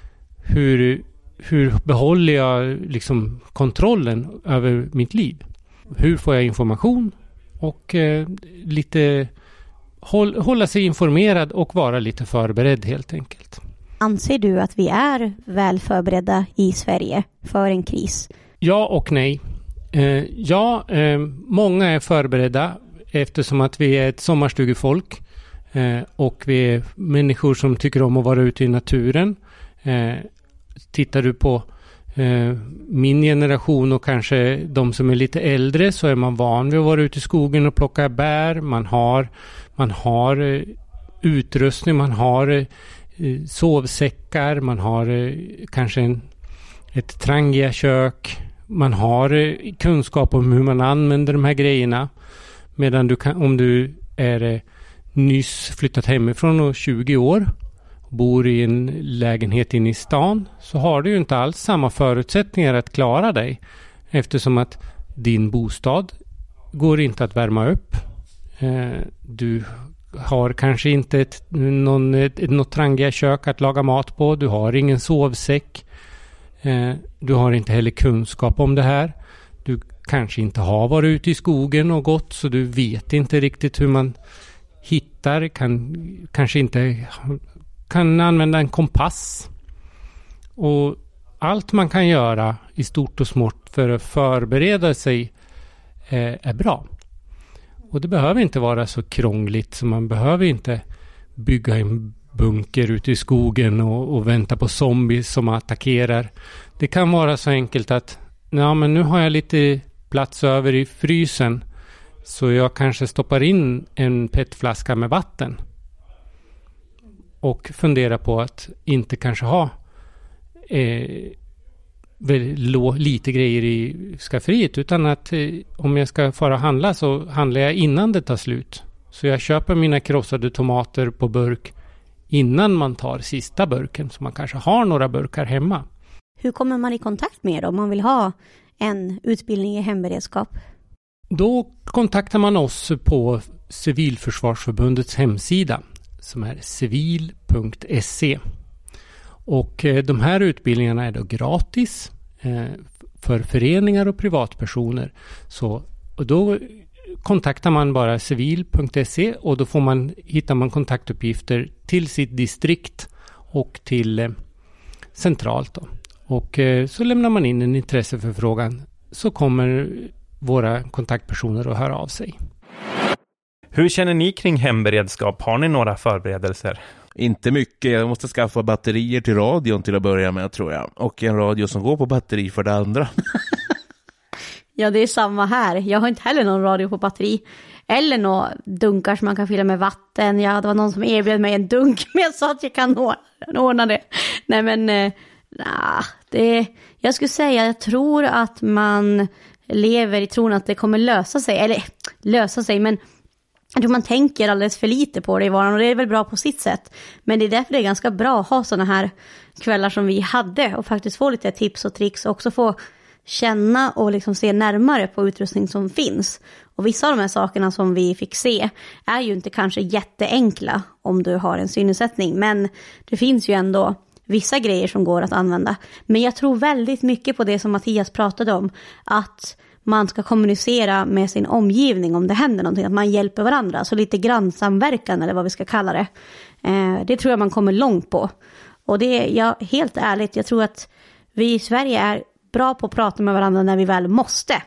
K: hur, hur behåller jag liksom kontrollen över mitt liv? Hur får jag information? Och eh, lite håll, hålla sig informerad och vara lite förberedd helt enkelt.
B: Anser du att vi är väl förberedda i Sverige för en kris?
K: Ja och nej. Eh, ja, eh, många är förberedda eftersom att vi är ett sommarstugefolk eh, och vi är människor som tycker om att vara ute i naturen. Eh, tittar du på eh, min generation och kanske de som är lite äldre, så är man van vid att vara ute i skogen och plocka bär. Man har, man har eh, utrustning, man har eh, sovsäckar, man har eh, kanske en, ett Trangia-kök. Man har eh, kunskap om hur man använder de här grejerna. Medan du kan, om du är eh, nyss flyttat hemifrån och tjugo år, bor i en lägenhet inne i stan, så har du ju inte alls samma förutsättningar att klara dig. Eftersom att din bostad går inte att värma upp. Eh, du har kanske inte ett, någon, ett, något trangiga kök att laga mat på. Du har ingen sovsäck. Eh, du har inte heller kunskap om det här. Du kanske inte har varit ute i skogen och gått, så du vet inte riktigt hur man hittar. Kan, kanske inte kan använda en kompass. Och allt man kan göra i stort och smått för att förbereda sig eh, är bra. Och det behöver inte vara så krångligt, så man behöver inte bygga en bunker ute i skogen och, och vänta på zombies som attackerar. Det kan vara så enkelt att ja, men nu har jag lite plats över i frysen, så jag kanske stoppar in en petflaska med vatten och funderar på att inte kanske ha eh, lite grejer i skafferiet, utan att eh, om jag ska fara handla så handlar jag innan det tar slut. Så jag köper mina krossade tomater på burk innan man tar sista burken, så man kanske har några burkar hemma.
B: Hur kommer man i kontakt med er om man vill ha en utbildning i hemberedskap?
K: Då kontaktar man oss på Civilförsvarsförbundets hemsida som är civil punkt se. Och eh, de här utbildningarna är då gratis eh, för föreningar och privatpersoner. Så och då kontaktar man bara civil punkt se och då får man, hittar man kontaktuppgifter till sitt distrikt och till eh, centralt då. Och eh, så lämnar man in en intresseförfrågan, så kommer våra kontaktpersoner att höra av sig.
I: Hur känner ni kring hemberedskap? Har ni några förberedelser?
C: Inte mycket. Jag måste skaffa batterier till radion till att börja med, tror jag. Och en radio som går på batteri för det andra.
B: Ja, det är samma här. Jag har inte heller någon radio på batteri. Eller några dunkar som man kan fylla med vatten. Ja, det var någon som erbjöd mig en dunk, men jag sa att jag kan ordna det. Nej, men eh, nah, det, jag skulle säga, jag tror att man lever i tron att det kommer lösa sig. Eller lösa sig, men jag tror man tänker alldeles för lite på det i vardagen, och det är väl bra på sitt sätt. Men det är därför det är ganska bra att ha sådana här kvällar som vi hade och faktiskt få lite tips och tricks och också få känna och liksom se närmare på utrustning som finns. Och vissa av de här sakerna som vi fick se är ju inte kanske jätteenkla om du har en synnedsättning, men det finns ju ändå vissa grejer som går att använda. Men jag tror väldigt mycket på det som Mattias pratade om, att man ska kommunicera med sin omgivning om det händer någonting, att man hjälper varandra, så lite grannsamverkan eller vad vi ska kalla det. Eh, det tror jag man kommer långt på. Och det är jag, helt ärligt, jag tror att vi i Sverige är bra på att prata med varandra när vi väl måste.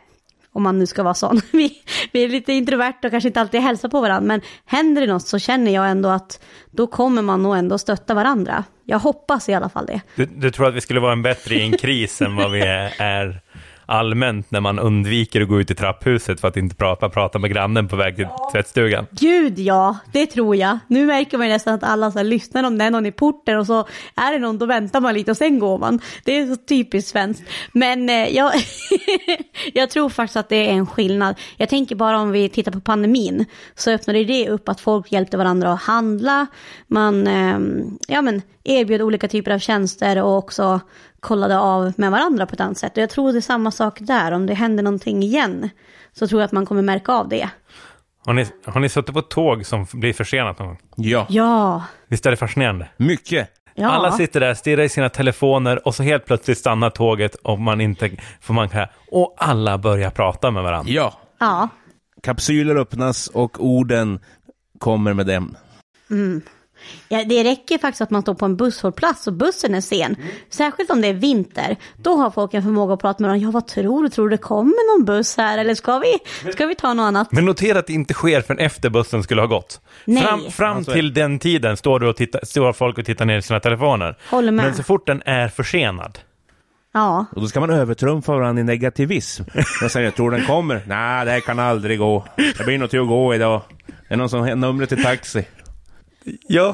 B: om man nu ska vara sån. Vi, vi är lite introverta och kanske inte alltid hälsar på varandra, men händer det något så känner jag ändå att då kommer man nog ändå stötta varandra. Jag hoppas i alla fall det.
I: Du, du tror att vi skulle vara en bättre i en kris än vad vi är, är allmänt när man undviker att gå ut i trapphuset för att inte prata, prata med grannen på väg till ja. tvättstugan?
B: Gud ja, det tror jag. Nu märker man nästan att alla så här, lyssnar om det är någon i porten och så är det någon, då väntar man lite och sen går man. Det är så typiskt svenskt. Men eh, jag, jag tror faktiskt att det är en skillnad. Jag tänker bara om vi tittar på pandemin så öppnade det upp att folk hjälpte varandra att handla. Man eh, ja, men, erbjöd olika typer av tjänster och också kollade av med varandra på ett annat sätt. Och jag tror det är samma sak där. Om det händer någonting igen så tror jag att man kommer märka av det.
I: Har ni, har ni suttit på ett tåg som blir försenat någon gång?
C: Ja.
B: Ja.
I: Visst är det fascinerande?
C: Mycket.
B: Ja.
I: Alla sitter där, stirrar i sina telefoner och så helt plötsligt stannar tåget och man inte får man kan, och alla börjar prata med varandra.
C: Ja.
B: Ja.
C: Kapsyler öppnas och orden kommer med dem.
B: Mm. Ja, det räcker faktiskt att man står på en busshållplats och bussen är sen. Mm. Särskilt om det är vinter. Då har folk en förmåga att prata med varandra. Ja, vad tror du? Tror du det kommer någon buss här? Eller ska vi, ska vi ta något annat?
I: Men notera att det inte sker förrän efter bussen skulle ha gått.
B: Nej.
I: Fram, fram till den tiden står, du och tittar, står folk och tittar ner i sina telefoner.
B: Håller med.
I: Men så fort den är försenad.
B: Ja.
C: Och då ska man övertrumfa varandra i negativism. Jag säger, jag tror den kommer. Nej, det här kan aldrig gå. Det blir något till att gå idag. Det är någon som har numret till taxi.
I: Ja.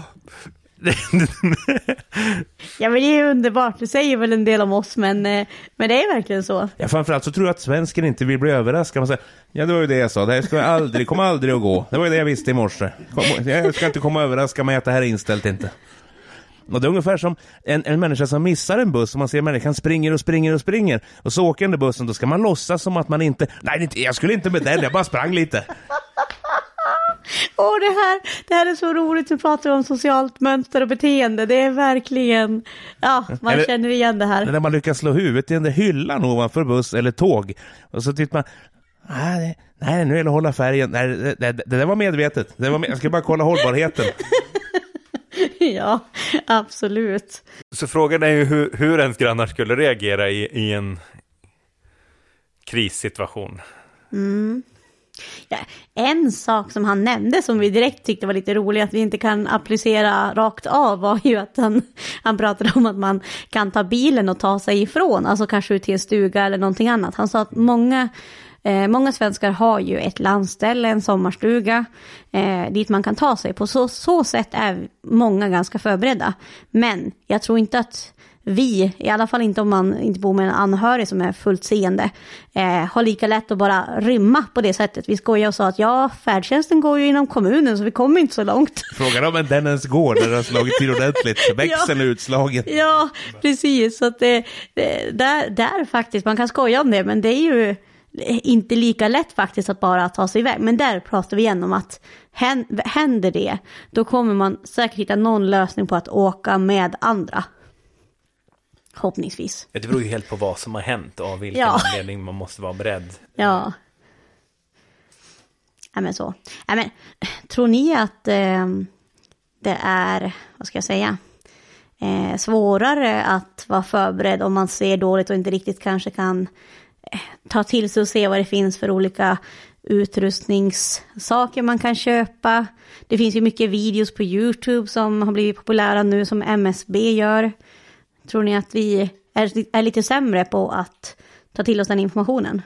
B: Ja, men det är ju underbart. Det säger väl en del om oss, men, men det är verkligen så.
C: Ja, framförallt så tror jag att svensken inte vill bli överraskad. Man säger, ja, det var ju det jag sa. Det här ska aldrig, kommer aldrig att gå. Det var ju det jag visste i morse. Jag ska inte komma och överraska mig att det här är inställt inte. Och det är ungefär som en, en människa som missar en buss och man ser människan springer och springer och springer och så åker den där bussen, då ska man låtsas som att man inte, nej inte, jag skulle inte med den, jag bara sprang lite.
B: Åh, det här, det här är så roligt att prata om socialt mönster och beteende. Det är verkligen, ja, man eller, känner igen det här.
C: När man lyckas slå huvudet i den där hyllan ovanför buss eller tåg och så tittar man, nej, nej nu är det hålla färgen, nej, det, det, det där var medvetet, det var med, jag ska bara kolla hållbarheten.
B: Ja, absolut.
I: Så frågan är ju hur, hur ens grannar skulle reagera i, i en krissituation.
B: Mm. Ja, en sak som han nämnde som vi direkt tyckte var lite rolig att vi inte kan applicera rakt av var ju att han, han pratade om att man kan ta bilen och ta sig ifrån, alltså kanske ut till en stuga eller någonting annat. Han sa att många Eh, många svenskar har ju ett landställe, en sommarstuga eh, dit man kan ta sig. På så, så sätt är många ganska förberedda. Men jag tror inte att vi, i alla fall inte om man inte bor med en anhörig som är fullt seende, eh, har lika lätt att bara rymma på det sättet. Vi skojar och sa att ja, färdtjänsten går ju inom kommunen så vi kommer inte så långt.
C: Frågan om en den ens går när det har slagit till ordentligt. Växeln är utslagen.
B: Ja, precis. Så att det, det, där, där faktiskt, man kan skoja om det, men det är ju inte lika lätt faktiskt att bara ta sig iväg. Men där pratar vi igen om att händer det, då kommer man säkert hitta någon lösning på att åka med andra. Hoppningsvis.
I: Det beror ju helt på vad som har hänt och vilken
B: ja.
I: anledning man måste vara beredd.
B: Ja. Ja, men så. Ja, men, tror ni att eh, det är, vad ska jag säga, eh, svårare att vara förberedd om man ser dåligt och inte riktigt kanske kan ta till sig och se vad det finns för olika utrustningssaker man kan köpa. Det finns ju mycket videos på YouTube som har blivit populära nu som M S B gör. Tror ni att vi är, är lite sämre på att ta till oss den informationen?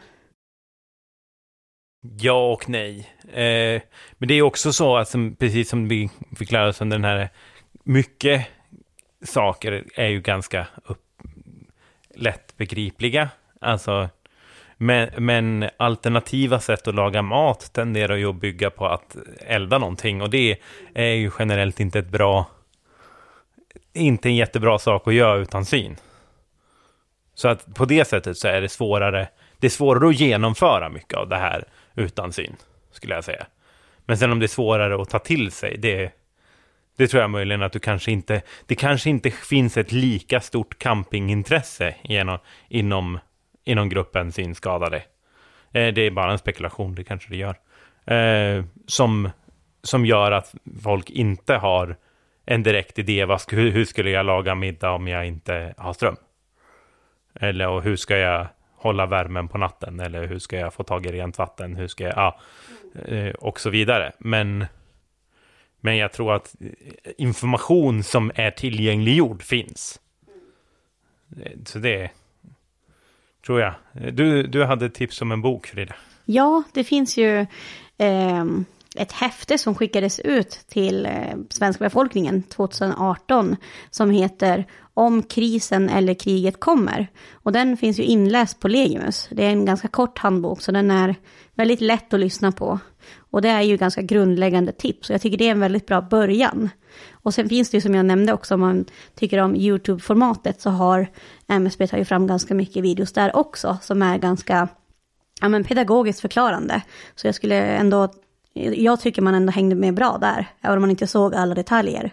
I: Ja och nej. Eh, men det är också så att som, precis som vi fick lära oss under den här, mycket saker är ju ganska upp, lättbegripliga. Alltså Men, men alternativa sätt att laga mat tenderar ju att bygga på att elda någonting. Och det är ju generellt inte ett bra, inte en jättebra sak att göra utan syn. Så att på det sättet så är det svårare, det är svårare att genomföra mycket av det här utan syn, skulle jag säga. Men sen om det är svårare att ta till sig, det, det tror jag möjligen att du kanske inte, det kanske inte finns ett lika stort campingintresse genom, inom inom gruppen synskadade. Eh, det är bara en spekulation, det kanske det gör. Eh, som, som gör att folk inte har en direkt idé. Vad ska, hur, hur skulle jag laga middag om jag inte har ström? Eller och hur ska jag hålla värmen på natten, eller hur ska jag få tag i rent vatten, hur ska jag, ja, eh, och så vidare. Men, men jag tror att information som är tillgängliggjord finns. Så det tror jag. Du, du hade tips om en bok, Frida.
B: Ja, det finns ju eh, ett häfte som skickades ut till eh, svenska befolkningen tjugoarton som heter Om krisen eller kriget kommer. Och den finns ju inläst på Legimus. Det är en ganska kort handbok, så den är väldigt lätt att lyssna på. Och det är ju ganska grundläggande tips. Och jag tycker det är en väldigt bra början. Och sen finns det ju, som jag nämnde också, om man tycker om YouTube-formatet, så har M S B tagit fram ganska mycket videos där också som är ganska, ja, men pedagogiskt förklarande. Så jag skulle ändå, jag tycker man ändå hängde med bra där, även om man inte såg alla detaljer.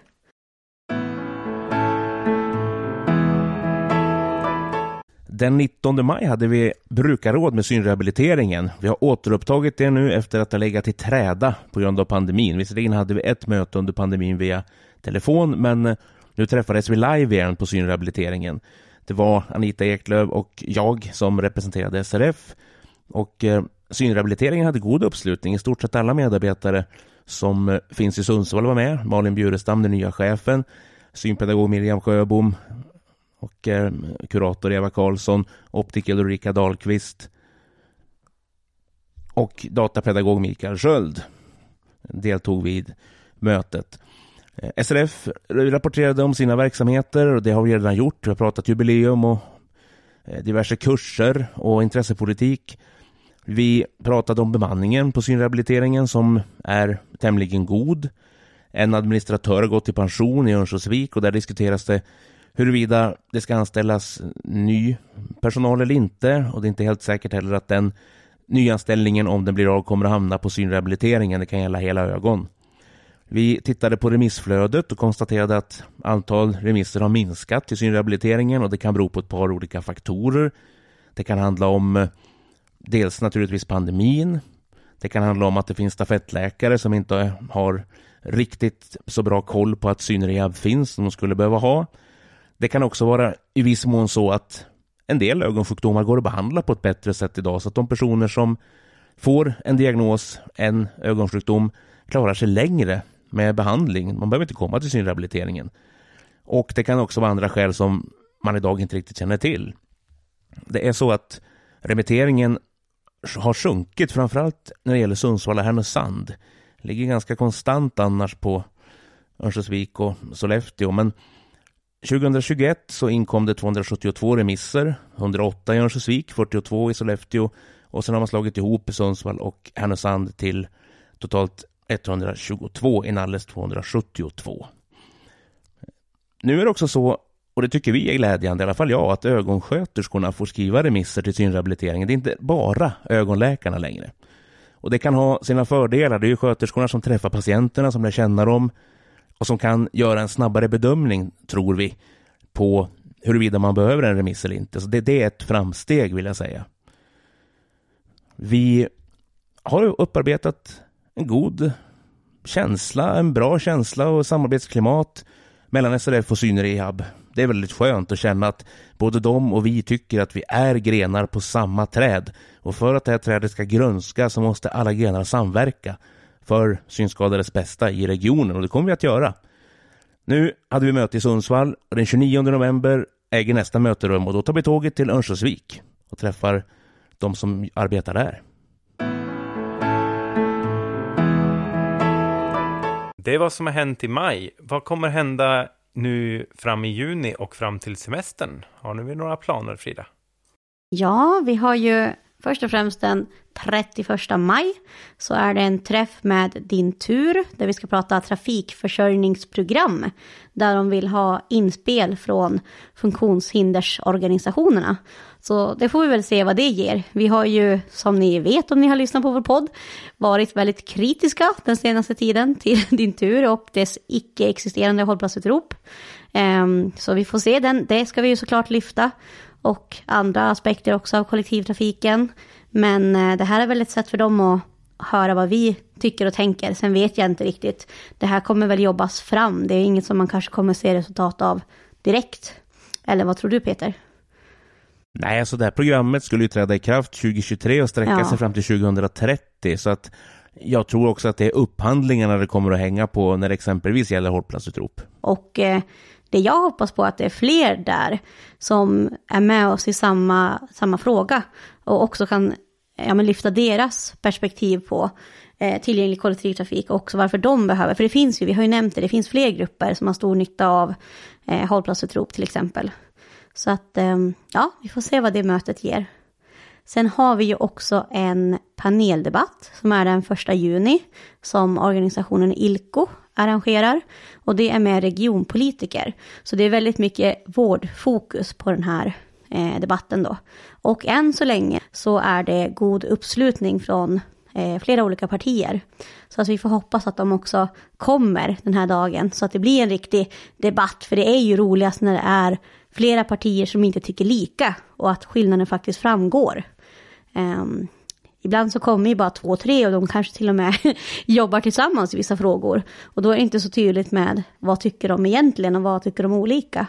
C: Den nittonde maj hade vi brukarråd med synrehabiliteringen. Vi har återupptagit det nu efter att ha legat i träda på grund av pandemin. Visserligen hade vi ett möte under pandemin via telefon, men nu träffades vi live igen på synrehabiliteringen. Det var Anita Eklöf och jag som representerade S R F, och eh, synrehabiliteringen hade god uppslutning. I stort sett alla medarbetare som finns i Sundsvall var med. Malin Bjurestam, den nya chefen, synpedagog Miriam Sjöbom och eh, kurator Eva Karlsson, optiker Ulrika Dahlqvist och datapedagog Mikael Sköld deltog vid mötet. Eh, S R F rapporterade om sina verksamheter, och det har vi redan gjort. Vi har pratat jubileum och eh, diverse kurser och intressepolitik. Vi pratade om bemanningen på synrehabiliteringen som är tämligen god. En administratör har gått i pension i Örnsköldsvik, och där diskuteras det huruvida det ska anställas ny personal eller inte. Och det är inte helt säkert heller att den nyanställningen, om den blir av, kommer att hamna på synrehabiliteringen. Det kan gälla hela ögon. Vi tittade på remissflödet och konstaterade att antal remisser har minskat till synrehabiliteringen, och det kan bero på ett par olika faktorer. Det kan handla om dels naturligtvis pandemin. Det kan handla om att det finns stafettläkare som inte har riktigt så bra koll på att synrehab finns som de skulle behöva ha. Det kan också vara i viss mån så att en del ögonsjukdomar går att behandla på ett bättre sätt idag, så att de personer som får en diagnos, en ögonsjukdom, klarar sig längre med behandling. Man behöver inte komma till synrehabiliteringen. Och det kan också vara andra skäl som man idag inte riktigt känner till. Det är så att remitteringen har sjunkit, framförallt när det gäller Sundsvall och Härnösand. Det ligger ganska konstant annars på Örnsköldsvik och Sollefteå, men tjugohundratjugoett så inkom det tvåhundrasjuttiotvå remisser, hundraåtta i Örnsköldsvik, fyrtiotvå i Sollefteå, och sen har man slagit ihop Sundsvall och Härnösand till totalt etthundratjugotvå, inalles tvåhundrasjuttiotvå. Nu är det också så, och det tycker vi är glädjande, i alla fall jag, att ögonsköterskorna får skriva remisser till synrehabiliteringen. Det är inte bara ögonläkarna längre. Och det kan ha sina fördelar. Det är ju sköterskorna som träffar patienterna, som lär känna dem, och som kan göra en snabbare bedömning, tror vi, på huruvida man behöver en remiss eller inte. Så det, det är ett framsteg, vill jag säga. Vi har upparbetat en god känsla, en bra känsla och samarbetsklimat mellan S R F och synrehab. Det är väldigt skönt att känna att både de och vi tycker att vi är grenar på samma träd. Och för att det här trädet ska grönska så måste alla grenar samverka för synskadades bästa i regionen, och det kommer vi att göra. Nu hade vi möte i Sundsvall, och den tjugonionde november äger nästa möterum, och då tar vi tåget till Örnsköldsvik och träffar de som arbetar där.
I: Det är vad som har hänt i maj. Vad kommer hända nu fram i juni och fram till semestern? Har ni några planer, Frida?
B: Ja, vi har ju först och främst den trettioförsta maj så är det en träff med Din tur där vi ska prata trafikförsörjningsprogram där de vill ha inspel från funktionshindersorganisationerna. Så det får vi väl se vad det ger. Vi har ju, som ni vet om ni har lyssnat på vår podd, varit väldigt kritiska den senaste tiden till Din tur och dess icke-existerande hållplatsutrop. Så vi får se den, det ska vi ju såklart lyfta. Och andra aspekter också av kollektivtrafiken. Men det här är väl ett sätt för dem att höra vad vi tycker och tänker. Sen vet jag inte riktigt. Det här kommer väl jobbas fram. Det är inget som man kanske kommer se resultat av direkt. Eller vad tror du, Peter?
C: Nej, alltså det här programmet skulle ju träda i kraft tjugohundratjugotre och sträcka
B: Ja.
C: sig fram till tjugohundratrettio. Så att jag tror också att det är upphandlingarna det kommer att hänga på när det exempelvis gäller hållplatsutrop.
B: Och eh, det jag hoppas på att det är fler där som är med oss i samma, samma fråga och också kan ja, men lyfta deras perspektiv på eh, tillgänglig kollektivtrafik och också varför de behöver. För det finns ju, vi har ju nämnt det, det finns fler grupper som har stor nytta av eh, hållplatsutrop till exempel. Så att eh, ja, vi får se vad det mötet ger. Sen har vi ju också en paneldebatt som är den första juni som organisationen ILCO arrangerar. Och det är med regionpolitiker. Så det är väldigt mycket vårdfokus på den här eh, debatten då. Och än så länge så är det god uppslutning från eh, flera olika partier. Så att vi får hoppas att de också kommer den här dagen så att det blir en riktig debatt. För det är ju roligast när det är flera partier som inte tycker lika och att skillnaden faktiskt framgår. Um, ibland så kommer ju bara två, tre och de kanske till och med jobbar tillsammans i vissa frågor. Och då är det inte så tydligt med vad tycker de egentligen och vad tycker de olika.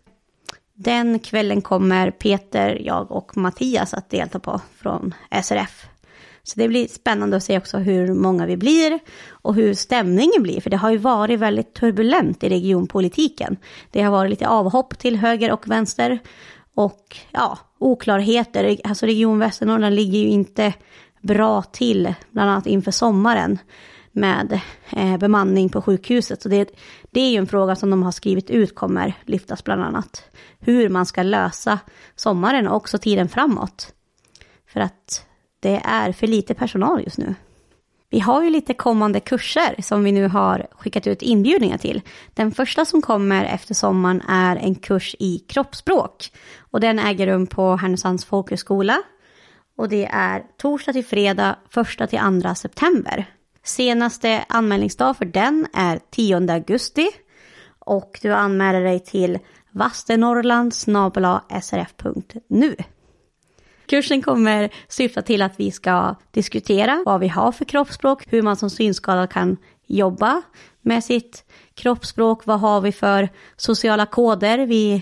B: Den kvällen kommer Peter, jag och Mattias att delta på från S R F. Så det blir spännande att se också hur många vi blir och hur stämningen blir. För det har ju varit väldigt turbulent i regionpolitiken. Det har varit lite avhopp till höger och vänster. Och ja, oklarheter. Alltså Region Västernorrland ligger ju inte bra till, bland annat inför sommaren med eh, bemanning på sjukhuset. Så det, det är ju en fråga som de har skrivit ut kommer lyftas bland annat. Hur man ska lösa sommaren och också tiden framåt. För att det är för lite personal just nu. Vi har ju lite kommande kurser som vi nu har skickat ut inbjudningar till. Den första som kommer efter sommaren är en kurs i kroppsspråk. Och den äger rum på Härnösands folkhögskola. Och det är torsdag till fredag, första till andra september. Senaste anmälningsdag för den är tionde augusti. Och du anmäler dig till vasternorrland snabel-a s r f punkt nu. Kursen kommer syfta till att vi ska diskutera vad vi har för kroppsspråk, hur man som synskadad kan jobba med sitt kroppsspråk, vad har vi för sociala koder vi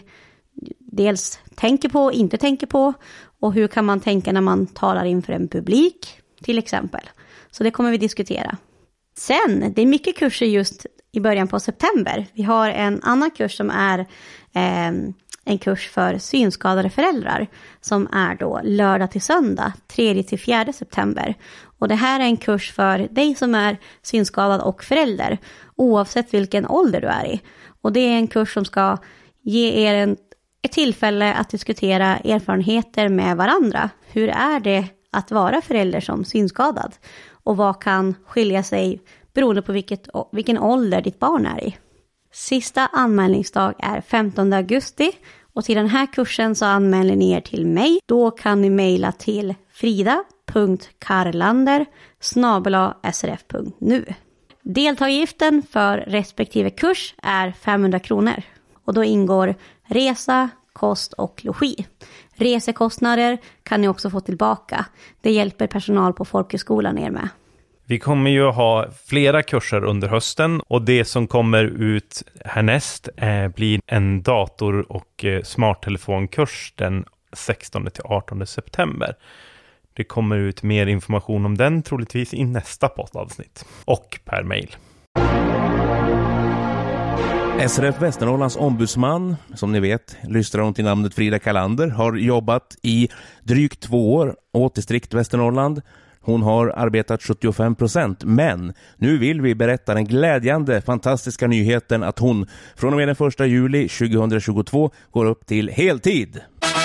B: dels tänker på och inte tänker på och hur kan man tänka när man talar inför en publik till exempel. Så det kommer vi diskutera. Sen, det är mycket kurser just i början på september. Vi har en annan kurs som är eh, en kurs för synskadade föräldrar som är då lördag till söndag, tredje till fjärde september. Och det här är en kurs för dig som är synskadad och förälder oavsett vilken ålder du är i. Och det är en kurs som ska ge er en, ett tillfälle att diskutera erfarenheter med varandra. Hur är det att vara förälder som synskadad? Och vad kan skilja sig beroende på vilket, vilken ålder ditt barn är i? Sista anmälningsdag är femtonde augusti och till den här kursen så anmäler ni er till mig. Då kan ni mejla till frida punkt karlander snabel-a s r f punkt nu. Deltagavgiften för respektive kurs är femhundra kronor och då ingår resa, kost och logi. Resekostnader kan ni också få tillbaka. Det hjälper personal på folkhögskolan er med.
I: Vi kommer ju ha flera kurser under hösten och det som kommer ut härnäst eh, blir en dator- och eh, smarttelefonkurs den sextonde till artonde september. Det kommer ut mer information om den troligtvis i nästa poddavsnitt och per mejl.
C: S R F Västernorrlands ombudsman, som ni vet, lystrar hon till namnet Frida Karlander, har jobbat i drygt två år åt distrikt Västernorrland. Hon har arbetat sjuttiofem procent, men nu vill vi berätta den glädjande, fantastiska nyheten att hon från och med den första juli tjugohundratjugotvå går upp till heltid.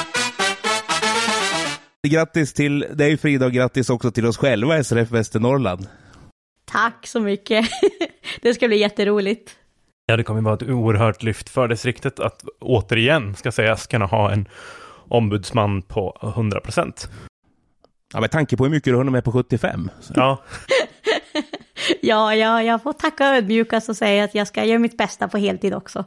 C: Grattis till dig Frida och grattis också till oss själva S R F Västernorrland.
B: Tack så mycket. Det ska bli jätteroligt.
I: Ja, det kommer vara ett oerhört lyft för distriktet att återigen ska sägas kunna ha en ombudsman på hundra procent.
C: Ja, med tanke på hur mycket du hunnit med på sjuttiofem. Så.
I: Ja.
B: ja, ja, jag får tacka ödmjukast och säga att jag ska göra mitt bästa på heltid också.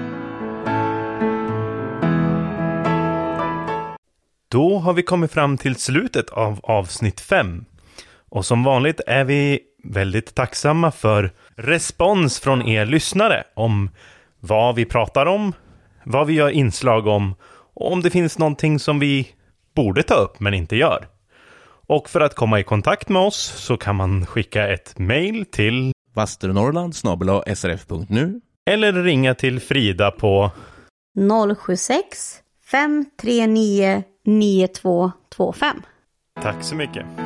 I: Då har vi kommit fram till slutet av avsnitt fem. Och som vanligt är vi väldigt tacksamma för respons från er lyssnare om vad vi pratar om, vad vi gör inslag om och om det finns någonting som vi borde ta upp men inte gör. Och för att komma i kontakt med oss så kan man skicka ett mejl till
C: vasternorrland snabel-a s r f punkt n u
I: eller ringa till Frida på
B: noll sju sex fem tre nio nio två två fem.
I: Tack så mycket.